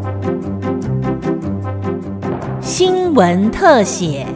新闻特写。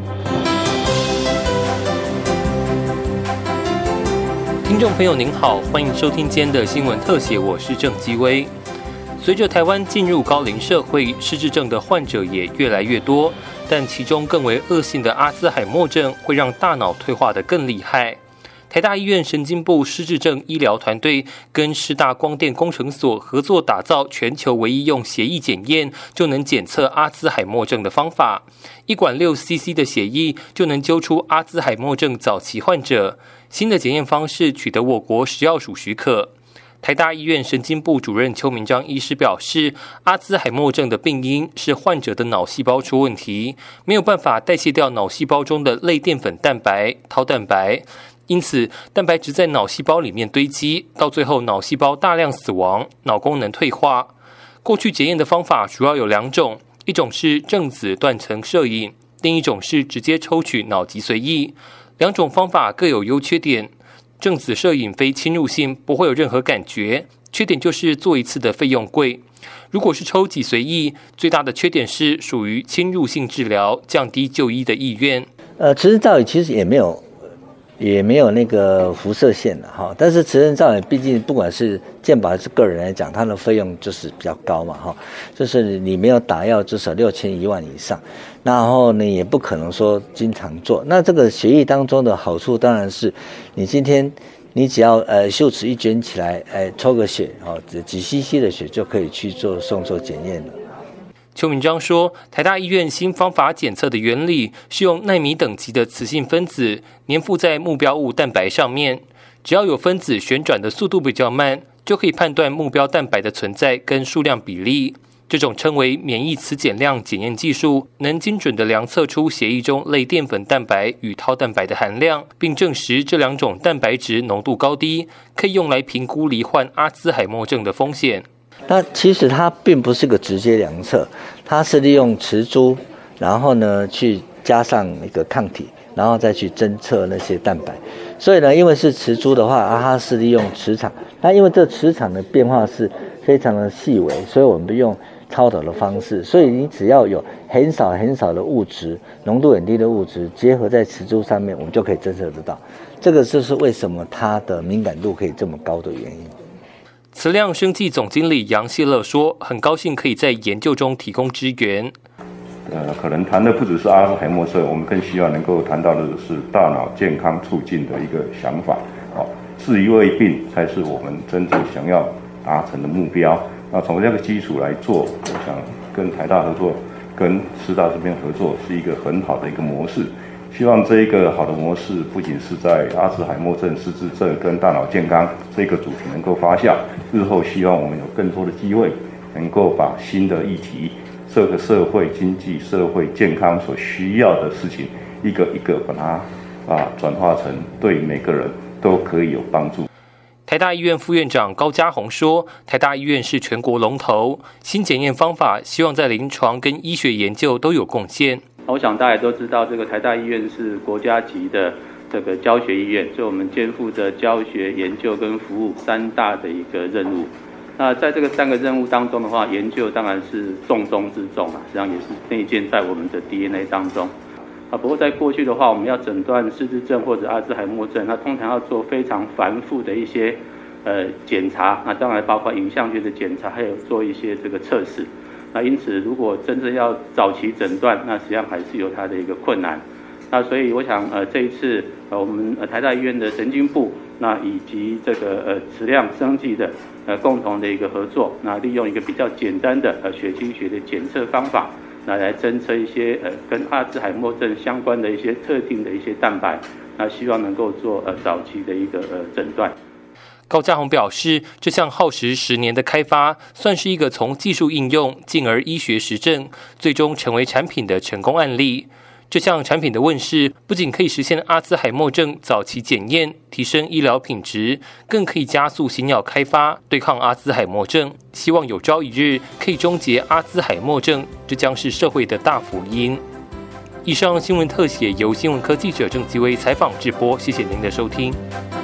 听众朋友您好，欢迎收听今天的新闻特写，我是郑基威。随着台湾进入高龄社会，失智症的患者也越来越多，但其中更为恶性的阿兹海默症会让大脑退化得更厉害。台大医院神经部失智症医疗团队跟师大光电工程所合作打造全球唯一用血液检验就能检测阿兹海默症的方法，一管6cc 的血液就能揪出阿兹海默症早期患者。新的检验方式取得我国食药署许可。台大医院神经部主任邱明章医师表示，阿兹海默症的病因是患者的脑细胞出问题，没有办法代谢掉脑细胞中的类淀粉蛋白、tau蛋白，因此蛋白质在脑细胞里面堆积，到最后脑细胞大量死亡，脑功能退化。过去检验的方法主要有两种，一种是正子断层摄影，另一种是直接抽取脑脊髓液。两种方法各有优缺点。正子摄影非侵入性，不会有任何感觉，缺点就是做一次的费用贵。如果是抽脊髓液，最大的缺点是属于侵入性治疗，降低就医的意愿。 磁振造影其实也没有那个辐射线的哈，但是磁振造影毕竟不管是健保还是个人来讲，它的费用就是比较高嘛哈，就是你没有打药至少6000、1万以上，然后你也不可能说经常做。那这个血液当中的好处当然是，你今天你只要袖齿一卷起来，抽个血哦，几 cc 的血就可以去送做检验了。 邱明章说，台大医院新方法检测的原理是用奈米等级的磁性分子粘附在目标物蛋白上面，只要有分子旋转的速度比较慢，就可以判断目标蛋白的存在跟数量比例。这种称为免疫磁减量检验技术，能精准地量测出血液中类淀粉蛋白与tau蛋白的含量，并证实这两种蛋白质浓度高低，可以用来评估罹患阿兹海默症的风险。 那其实它并不是个直接量测，它是利用磁珠，然后呢去加上一个抗体，然后再去侦测那些蛋白。所以呢，因为是磁珠的话，它是利用磁场，那因为这磁场的变化是非常的细微，所以我们用超导的方式，所以你只要有很少很少的物质，浓度很低的物质结合在磁珠上面，我们就可以侦测得到。这个就是为什么它的敏感度可以这么高的原因。 慈亮生技总经理杨希乐说，很高兴可以在研究中提供支援。 可能谈的不只是阿兹海默症，我们更希望能够谈到的是大脑健康促进的一个想法。治愈未病才是我们真正想要达成的目标。那从这个基础来做，我想跟台大合作，跟师大这边合作是一个很好的一个模式。希望这一个好的模式不仅是在阿兹海默症、失智症跟大脑健康这个主题能够发酵，日后希望我们有更多的机会能够把新的议题，这个社会经济、社会健康所需要的事情，一个一个把它转化成对每个人都可以有帮助。 台大医院副院长高嘉宏说，台大医院是全国龙头，新检验方法希望在临床跟医学研究都有贡献。 我想大家都知道，这个台大医院是国家级的这个教学医院，所以我们肩负着教学、研究跟服务三大的一个任务。那在这个3个任务当中的话，研究当然是重中之重啊，实际上也是内建在我们的 DNA 当中。不过在过去的话，我们要诊断失智症或者阿兹海默症，那通常要做非常繁复的一些检查，那当然包括影像学的检查，还有做一些这个测试。那因此，如果真正要早期诊断，那实际上还是有它的一个困难。那所以我想，这一次我们台大医院的神经部，那以及这个慈亮生技的共同的一个合作，那利用一个比较简单的血清学的检测方法，那来侦测一些跟阿兹海默症相关的一些特定的一些蛋白，那希望能够做早期的一个诊断。 高嘉宏表示，这项耗时10年的开发，算是一个从技术应用进而医学实证，最终成为产品的成功案例。这项产品的问世，不仅可以实现阿兹海默症早期检验，提升医疗品质，更可以加速新药开发，对抗阿兹海默症。希望有朝一日可以终结阿兹海默症，这将是社会的大福音。以上新闻特写由新闻科记者郑基威采访制播，谢谢您的收听。